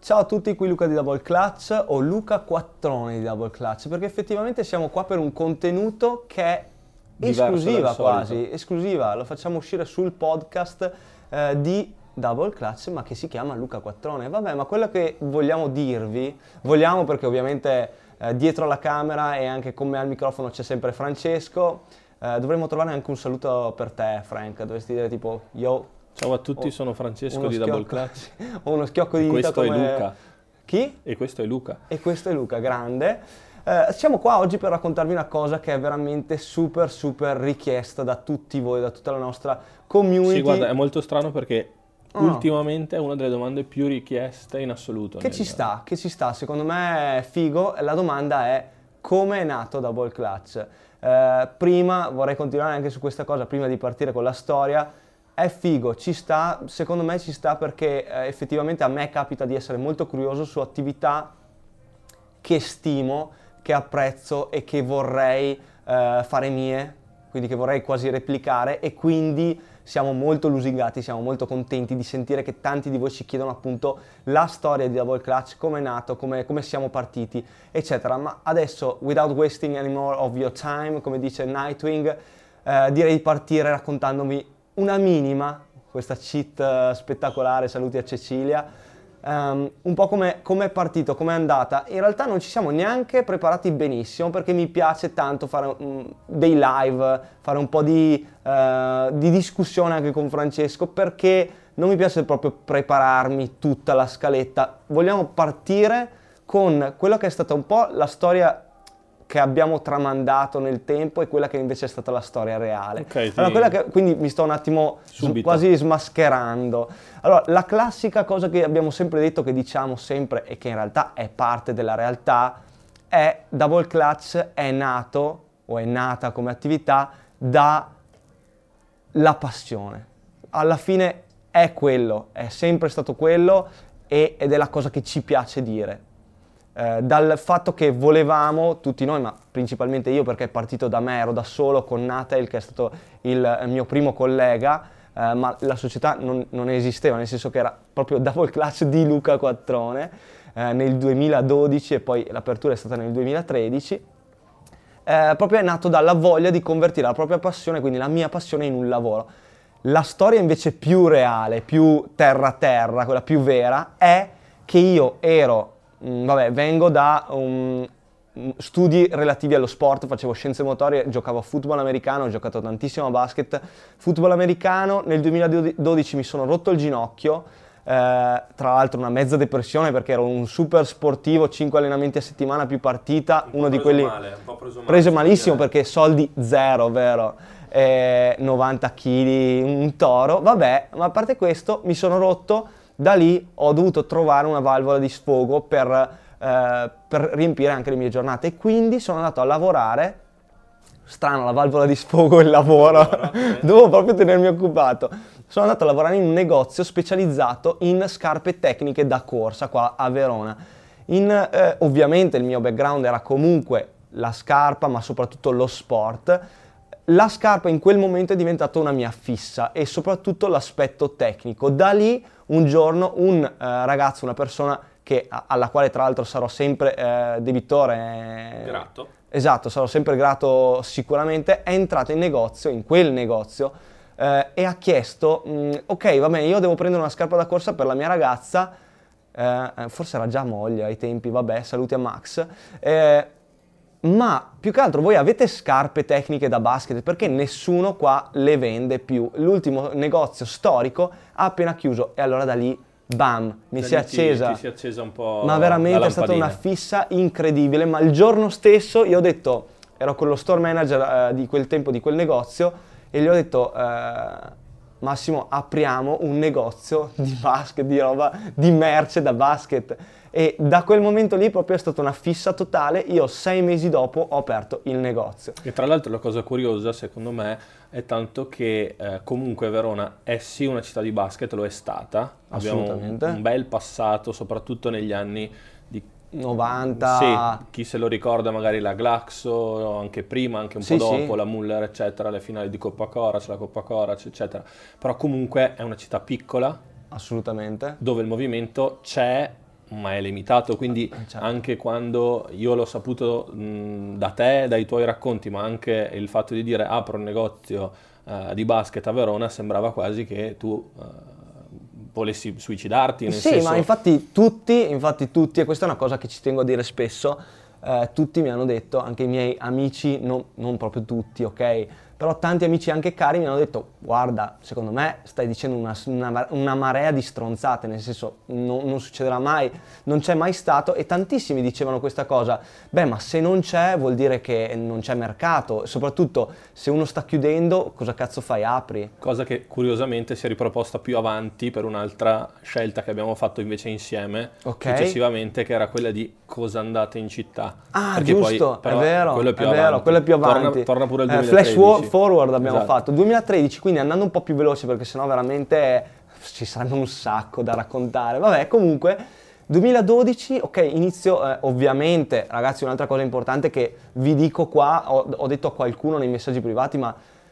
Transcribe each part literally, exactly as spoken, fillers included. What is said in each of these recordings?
Ciao a tutti, qui Luca di Double Clutch o Luca Quattrone di Double Clutch, perché effettivamente siamo qua per un contenuto che è Diverso esclusiva dal quasi, solito. esclusiva, lo facciamo uscire sul podcast eh, di Double Clutch, ma che si chiama Luca Quattrone. Vabbè, ma quello che vogliamo dirvi, vogliamo perché ovviamente eh, dietro la camera e anche con me al microfono c'è sempre Francesco, eh, dovremmo trovare anche un saluto per te, Frank, dovresti dire tipo yo. Ciao a tutti, o sono Francesco uno di Double schiocco- Clutch o uno schiocco di e dita questo è come... Luca. Chi? E questo è Luca. E questo è Luca, grande. Eh, siamo qua oggi per raccontarvi una cosa che è veramente super super richiesta da tutti voi, da tutta la nostra community. Sì, guarda, è molto strano perché Oh, no. ultimamente è una delle domande più richieste in assoluto. Che nel- ci sta, che ci sta, secondo me è figo. La domanda è: come è nato Double Clutch? Eh, prima, vorrei continuare anche su questa cosa, prima di partire con la storia. È figo, ci sta, secondo me ci sta perché eh, effettivamente a me capita di essere molto curioso su attività che stimo, che apprezzo e che vorrei eh, fare mie, quindi che vorrei quasi replicare, e quindi siamo molto lusingati, siamo molto contenti di sentire che tanti di voi ci chiedono appunto la storia di Double Clutch, come è nato, come, come siamo partiti, eccetera. Ma adesso, without wasting any more of your time, come dice Nightwing, eh, direi di partire raccontandovi una minima, questa cheat eh, spettacolare, saluti a Cecilia, ehm, un po' come come è partito, come è andata. In realtà non ci siamo neanche preparati benissimo perché mi piace tanto fare mm, dei live, fare un po' di, eh, di discussione anche con Francesco, perché non mi piace proprio prepararmi tutta la scaletta. Vogliamo partire con quello che è stata un po' la storia che abbiamo tramandato nel tempo e quella che invece è stata la storia reale. Ok, Allora, sì. quella che, quindi mi sto un attimo s- Subito. quasi smascherando. Allora, la classica cosa che abbiamo sempre detto, che diciamo sempre e che in realtà è parte della realtà, è Double Clutch è nato o è nata come attività da la passione. Alla fine è quello, è sempre stato quello e- ed è la cosa che ci piace dire. Eh, dal fatto che volevamo, tutti noi, ma principalmente io perché è partito da me, ero da solo con Nathaniel che è stato il mio primo collega, eh, ma la società non, non esisteva, nel senso che era proprio Double Clutch di Luca Quattrone eh, nel duemiladodici e poi l'apertura è stata nel duemilatredici. Eh, proprio è nato dalla voglia di convertire la propria passione, quindi la mia passione, in un lavoro. La storia invece più reale, più terra terra, quella più vera, è che io ero, mh, vabbè, vengo da um, mh, studi relativi allo sport, facevo scienze motorie, giocavo a football americano, ho giocato tantissimo a basket, football americano, nel duemiladodici mi sono rotto il ginocchio, eh, tra l'altro una mezza depressione perché ero un super sportivo, cinque allenamenti a settimana più partita, uno di quelli preso malissimo perché soldi zero, vero? Eh, novanta chili, un toro, vabbè, ma a parte questo mi sono rotto, da lì ho dovuto trovare una valvola di sfogo per, eh, per riempire anche le mie giornate e quindi sono andato a lavorare, strano la valvola di sfogo e il lavoro, devo proprio tenermi occupato, sono andato a lavorare in un negozio specializzato in scarpe tecniche da corsa qua a Verona. In, eh, ovviamente il mio background era comunque la scarpa, ma soprattutto lo sport. La scarpa in quel momento è diventata una mia fissa e soprattutto l'aspetto tecnico. Da lì un giorno un eh, ragazzo, una persona che, a- alla quale tra l'altro sarò sempre eh, debitore, eh, Grato. esatto, sarò sempre grato sicuramente, è entrato in negozio, in quel negozio, eh, e ha chiesto, mh, ok, va bene, io devo prendere una scarpa da corsa per la mia ragazza, eh, forse era già moglie ai tempi, vabbè, saluti a Max, eh, ma più che altro voi avete scarpe tecniche da basket? Perché nessuno qua le vende più. L'ultimo negozio storico ha appena chiuso e allora da lì, bam, mi Da si è lì ti- accesa. Ti, si è accesa un po' Ma veramente la è stata una lampadina. fissa incredibile, ma il giorno stesso io ho detto, ero con lo store manager eh, di quel tempo, di quel negozio, e gli ho detto, eh, Massimo, apriamo un negozio di basket, di roba, di merce da basket. E da quel momento lì proprio è stata una fissa totale, io sei mesi dopo ho aperto il negozio. E tra l'altro la cosa curiosa secondo me è tanto che eh, comunque Verona è sì una città di basket, lo è stata, abbiamo un, Assolutamente. un bel passato soprattutto negli anni di novanta. Sì, chi se lo ricorda magari la Glaxo, anche prima, anche un Sì, po' dopo, sì. la Muller eccetera, le finali di Coppa Corac, la Coppa Corac eccetera, però comunque è una città piccola Assolutamente. dove il movimento c'è ma è limitato, quindi certo. Anche quando io l'ho saputo mh, da te, dai tuoi racconti, ma anche il fatto di dire apro un negozio uh, di basket a Verona, sembrava quasi che tu uh, volessi suicidarti, nel sì, senso... ma infatti tutti, infatti tutti, e questa è una cosa che ci tengo a dire spesso, eh, tutti mi hanno detto, anche i miei amici, non, non proprio tutti, ok? Però tanti amici anche cari mi hanno detto, guarda, secondo me stai dicendo una, una, una marea di stronzate, nel senso non, non succederà mai, non c'è mai stato, e tantissimi dicevano questa cosa, beh ma se non c'è vuol dire che non c'è mercato, soprattutto se uno sta chiudendo cosa cazzo fai, apri? Cosa che curiosamente si è riproposta più avanti per un'altra scelta che abbiamo fatto invece insieme, Okay. successivamente, che era quella di cosa andate in città. Ah, Perché giusto, poi, però, è vero, quello è è più vero, avanti. quello è più avanti. Torna, torna pure al Eh, duemilatredici. flash forward abbiamo Esatto. fatto, duemilatredici, quindi andando un po' più veloce perché sennò veramente ci sarebbe un sacco da raccontare. Vabbè, comunque, duemiladodici, ok, inizio, eh, ovviamente, ragazzi, un'altra cosa importante che vi dico qua, ho, ho detto a qualcuno nei messaggi privati, ma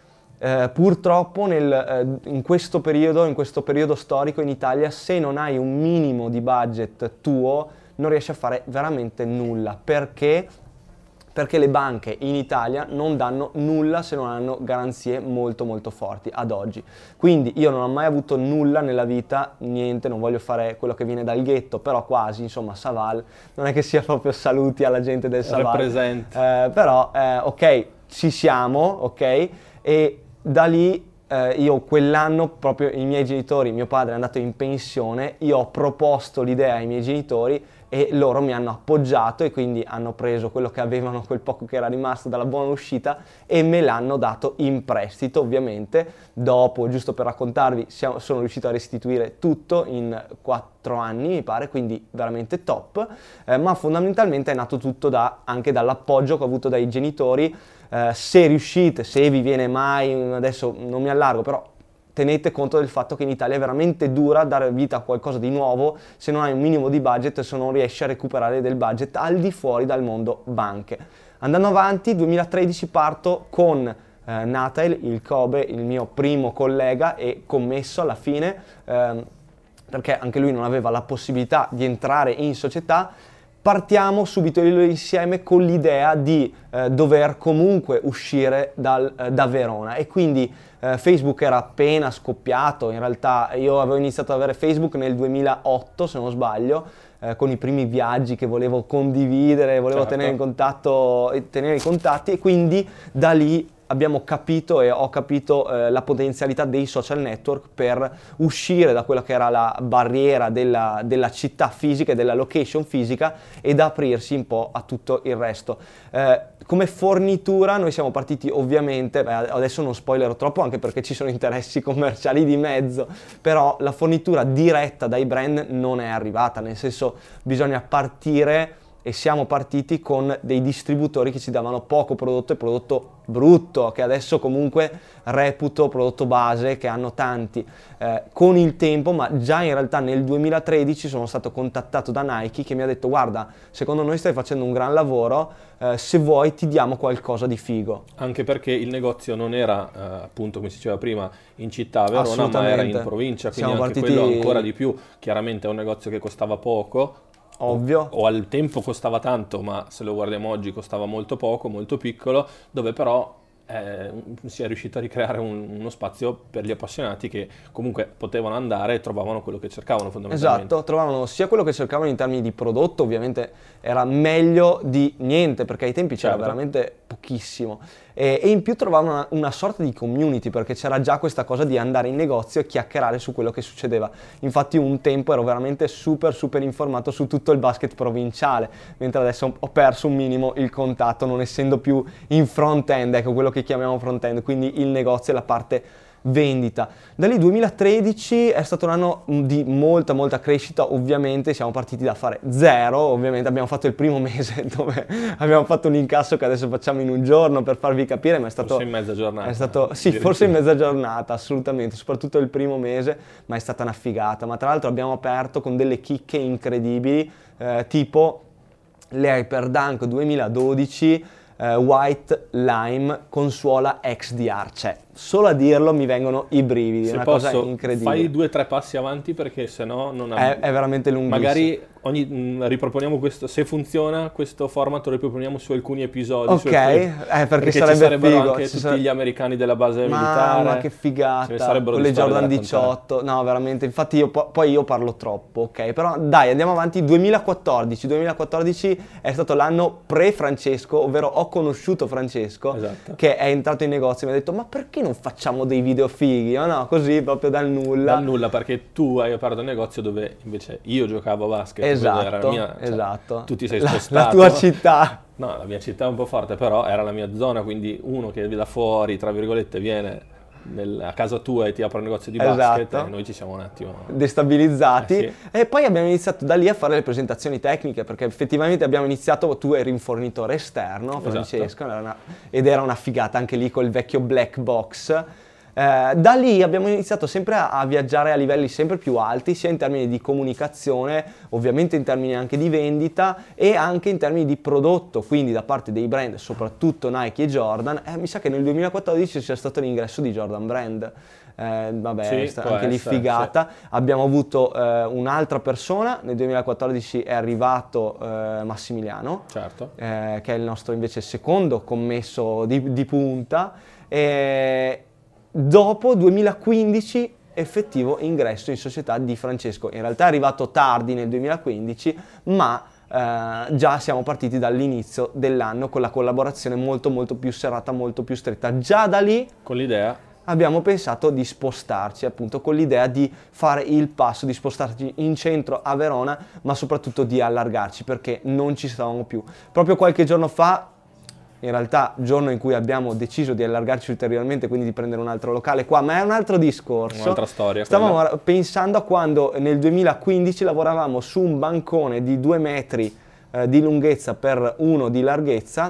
eh, purtroppo nel, eh, in questo periodo, in questo periodo storico in Italia, se non hai un minimo di budget tuo, non riesci a fare veramente nulla. Perché? Perché le banche in Italia non danno nulla se non hanno garanzie molto molto forti ad oggi. Quindi io non ho mai avuto nulla nella vita, niente, non voglio fare quello che viene dal ghetto, però quasi, insomma, Saval, non è che sia proprio saluti alla gente del Saval. Rappresenta. Eh, però, eh, ok, ci siamo, ok, e da lì eh, io quell'anno proprio i miei genitori, mio padre è andato in pensione, io ho proposto l'idea ai miei genitori e loro mi hanno appoggiato e quindi hanno preso quello che avevano, quel poco che era rimasto dalla buona uscita, e me l'hanno dato in prestito. Ovviamente dopo, giusto per raccontarvi, siamo, sono riuscito a restituire tutto in quattro anni mi pare, quindi veramente top, eh, ma fondamentalmente è nato tutto da, anche dall'appoggio che ho avuto dai genitori. Eh, se riuscite, se vi viene mai, adesso non mi allargo, però tenete conto del fatto che in Italia è veramente dura dare vita a qualcosa di nuovo se non hai un minimo di budget e se non riesci a recuperare del budget al di fuori dal mondo banche. Andando avanti, duemilatredici parto con eh, Nathael, il Kobe, il mio primo collega e commesso alla fine, ehm, perché anche lui non aveva la possibilità di entrare in società. Partiamo subito insieme con l'idea di eh, dover comunque uscire dal, eh, da Verona, e quindi eh, Facebook era appena scoppiato. In realtà io avevo iniziato ad avere Facebook nel duemilaotto, se non sbaglio, eh, con i primi viaggi che volevo condividere, volevo Certo. tenere in contatto, tenere i contatti, e quindi da lì abbiamo capito e ho capito eh, la potenzialità dei social network per uscire da quella che era la barriera della, della città fisica e della location fisica ed aprirsi un po' a tutto il resto. Eh, come fornitura noi siamo partiti ovviamente, beh, adesso non spoilerò troppo anche perché ci sono interessi commerciali di mezzo, però la fornitura diretta dai brand non è arrivata, nel senso bisogna partire. E siamo partiti con dei distributori che ci davano poco prodotto e prodotto brutto, che adesso comunque reputo prodotto base, che hanno tanti. Eh, con il tempo, ma già in realtà nel duemilatredici sono stato contattato da Nike che mi ha detto: guarda, secondo noi stai facendo un gran lavoro, eh, se vuoi ti diamo qualcosa di figo. Anche perché il negozio non era, eh, appunto come si diceva prima, in città a Verona, ma era in provincia, quindi Siamo anche partiti... quello ancora di più. Chiaramente è un negozio che costava poco, Ovvio. O, o al tempo costava tanto, ma se lo guardiamo oggi costava molto poco, molto piccolo, dove però eh, si è riuscito a ricreare un, uno spazio per gli appassionati che comunque potevano andare e trovavano quello che cercavano fondamentalmente. Esatto, trovavano sia quello che cercavano in termini di prodotto, ovviamente era meglio di niente perché ai tempi c'era Certo. veramente pochissimo, e, e in più trovavano una, una sorta di community perché c'era già questa cosa di andare in negozio e chiacchierare su quello che succedeva. Infatti un tempo ero veramente super super informato su tutto il basket provinciale, mentre adesso ho perso un minimo il contatto non essendo più in front end, ecco quello che chiamiamo front end, quindi il negozio e la parte vendita. Da lì duemilatredici è stato un anno di molta molta crescita, ovviamente siamo partiti da fare zero, ovviamente abbiamo fatto il primo mese dove abbiamo fatto un incasso che adesso facciamo in un giorno per farvi capire, ma è stato... Forse in mezza giornata. È stato, sì, forse in mezza giornata, assolutamente, soprattutto il primo mese, ma è stata una figata. Ma tra l'altro abbiamo aperto con delle chicche incredibili, eh, tipo le Hyperdunk duemiladodici, Uh, White Lime con suola X D R, cioè solo a dirlo mi vengono i brividi, è Se una posso, cosa incredibile. fai due o tre passi avanti perché sennò non ha... È, è veramente lunghissimo. Magari ogni, mh, riproponiamo questo, se funziona questo format lo riproponiamo su alcuni episodi. Ok, su alcuni, eh, perché, perché sarebbe ci sarebbero figo. anche Ci tutti sare... gli americani della base Mamma, militare. Ma che figata, Ce ne sarebbero con di le storie da Jordan raccontare. diciotto, no veramente, infatti io po- poi io parlo troppo, ok? Però dai, andiamo avanti, duemilaquattordici, duemilaquattordici è stato l'anno pre-Francesco, ovvero ho conosciuto Francesco, Esatto. che è entrato in negozio e mi ha detto ma perché non facciamo dei video fighi? No, no, così proprio dal nulla. Dal nulla, perché tu hai aperto un negozio dove invece io giocavo a basket. Esatto, era la mia, cioè, esatto. tu ti sei La, spostato. la tua città. No, la mia città è un po' forte, però era la mia zona, quindi uno che da fuori, tra virgolette, viene nel, a casa tua e ti apre un negozio di basket, Esatto. e noi ci siamo un attimo destabilizzati, Eh sì. E poi abbiamo iniziato da lì a fare le presentazioni tecniche, perché effettivamente abbiamo iniziato, tu eri un fornitore esterno, Francesco, Esatto. era una, ed era una figata anche lì col vecchio black box. Eh, da lì abbiamo iniziato sempre a, a viaggiare a livelli sempre più alti, sia in termini di comunicazione, ovviamente in termini anche di vendita e anche in termini di prodotto, quindi da parte dei brand, soprattutto Nike e Jordan. Eh, mi sa che nel duemilaquattordici sia stato l'ingresso di Jordan Brand. Eh, vabbè, Sì, sta- può anche lì essere, figata. Abbiamo avuto eh, un'altra persona, nel duemilaquattordici è arrivato eh, Massimiliano, certo. eh, che è il nostro invece secondo commesso di, di punta. E dopo duemilaquindici effettivo ingresso in società di Francesco. In realtà è arrivato tardi nel duemilaquindici, ma eh, già siamo partiti dall'inizio dell'anno con la collaborazione molto molto più serrata, molto più stretta. Già da lì Con l'idea abbiamo pensato di spostarci, appunto con l'idea di fare il passo, di spostarci in centro a Verona, ma soprattutto di allargarci, perché non ci stavamo più. Proprio qualche giorno fa, in realtà giorno in cui abbiamo deciso di allargarci ulteriormente, quindi di prendere un altro locale qua, ma è un altro discorso. Un'altra storia. Stavamo quella. pensando a quando nel duemilaquindici lavoravamo su un bancone di due metri eh, di lunghezza per uno di larghezza,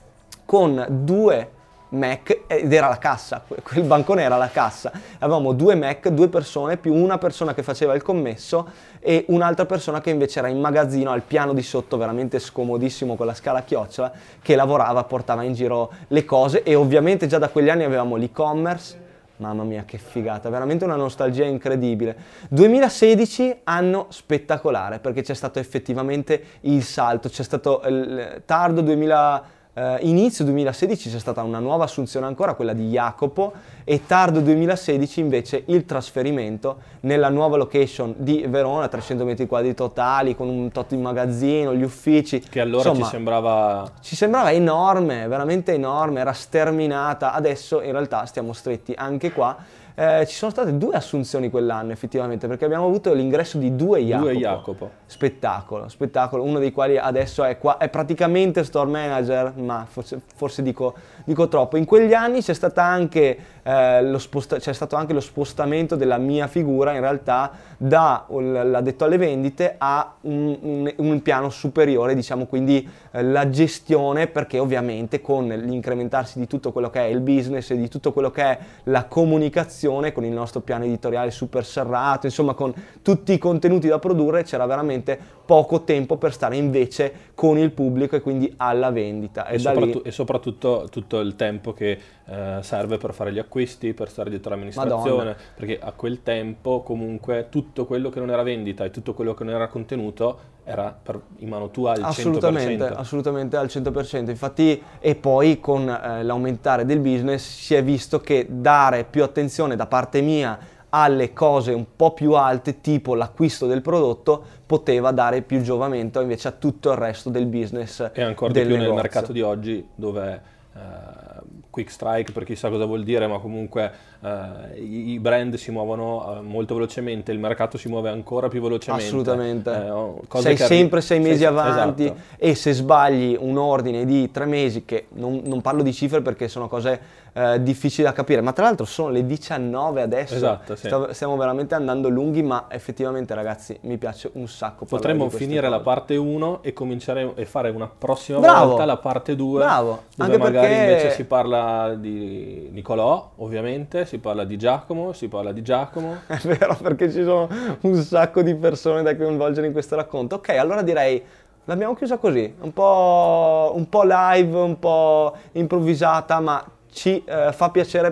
con due Mac, ed era la cassa, quel bancone era la cassa. Avevamo due Mac, due persone, più una persona che faceva il commesso e un'altra persona che invece era in magazzino al piano di sotto, veramente scomodissimo con la scala a chiocciola, che lavorava, portava in giro le cose. E ovviamente già da quegli anni avevamo l'e-commerce. Mamma mia, che figata, veramente una nostalgia incredibile. duemilasedici, anno spettacolare, perché c'è stato effettivamente il salto, c'è stato il tardo duemila Uh, inizio duemilasedici c'è stata una nuova assunzione ancora, quella di Jacopo, e tardo duemilasedici invece il trasferimento nella nuova location di Verona, trecento metri quadri totali, con un tot in magazzino, gli uffici. Che allora Insomma, ci sembrava... Ci sembrava enorme, veramente enorme, era sterminata. Adesso in realtà stiamo stretti anche qua. Eh, ci sono state due assunzioni quell'anno effettivamente, perché abbiamo avuto l'ingresso di due Jacopo. Due Jacopo. Spettacolo, spettacolo, uno dei quali adesso è qua, è praticamente store manager, ma forse, forse dico, dico troppo. In quegli anni c'è stata anche eh, lo sposta- c'è stato anche lo spostamento della mia figura in realtà da l'addetto alle vendite a un, un, un piano superiore, diciamo, quindi eh, la gestione, perché ovviamente con l'incrementarsi di tutto quello che è il business e di tutto quello che è la comunicazione, con il nostro piano editoriale super serrato, insomma con tutti i contenuti da produrre, c'era veramente poco tempo per stare invece con il pubblico e quindi alla vendita. E, e, da soprattutto, lì... e soprattutto tutto il tempo che eh, serve per fare gli acquisti, per stare dietro l'amministrazione, Madonna. Perché a quel tempo comunque tutto quello che non era vendita e tutto quello che non era contenuto era per, in mano tua al Assolutamente, cento per cento. assolutamente al cento per cento. Infatti, e poi con eh, l'aumentare del business si è visto che dare più attenzione da parte mia alle cose un po' più alte, tipo l'acquisto del prodotto, poteva dare più giovamento invece a tutto il resto del business. E ancora del di più negozio. nel mercato di oggi, dove eh, quick strike, per chi sa cosa vuol dire, ma comunque eh, i, i brand si muovono eh, molto velocemente, il mercato si muove ancora più velocemente. Assolutamente. Eh, cose sei che arri- sempre sei mesi sei- avanti, esatto. e se sbagli un ordine di tre mesi, che non, non parlo di cifre perché sono cose eh, difficili da capire, ma tra l'altro sono le diciannove adesso. Esatto, sì. Stav- stiamo veramente andando lunghi, ma effettivamente ragazzi mi piace un sacco parlare Potremmo di queste finire la cose. parte uno e cominciare e fare una prossima Bravo. volta la parte due, Bravo. dove Anche magari perché- invece si parla di Nicolò, ovviamente, si parla di Giacomo, si parla di Giacomo. È vero, perché ci sono un sacco di persone da coinvolgere in questo racconto. Ok, allora direi l'abbiamo chiusa così, un po', un po' live, un po' improvvisata, ma ci eh, fa piacere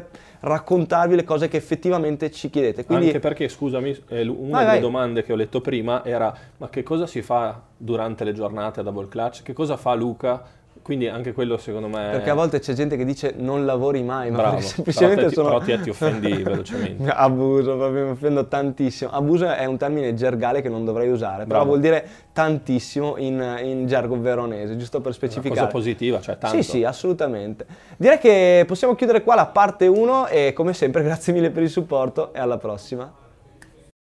raccontarvi le cose che effettivamente ci chiedete. Quindi... Anche perché, scusami, eh, una vai, delle vai. domande che ho letto prima era ma che cosa si fa durante le giornate a Double Clutch? Che cosa fa Luca? Quindi anche quello secondo me... Perché a volte c'è gente che dice non lavori mai, ma Bravo, semplicemente però, te, sono... però ti, ti offendi velocemente. Abuso, proprio mi offendo tantissimo. Abuso è un termine gergale che non dovrei usare, però Bravo. vuol dire tantissimo in, in gergo veronese, giusto per specificare. Una cosa positiva, cioè tanto. Sì, sì, assolutamente. Direi che possiamo chiudere qua la parte uno e come sempre grazie mille per il supporto e alla prossima.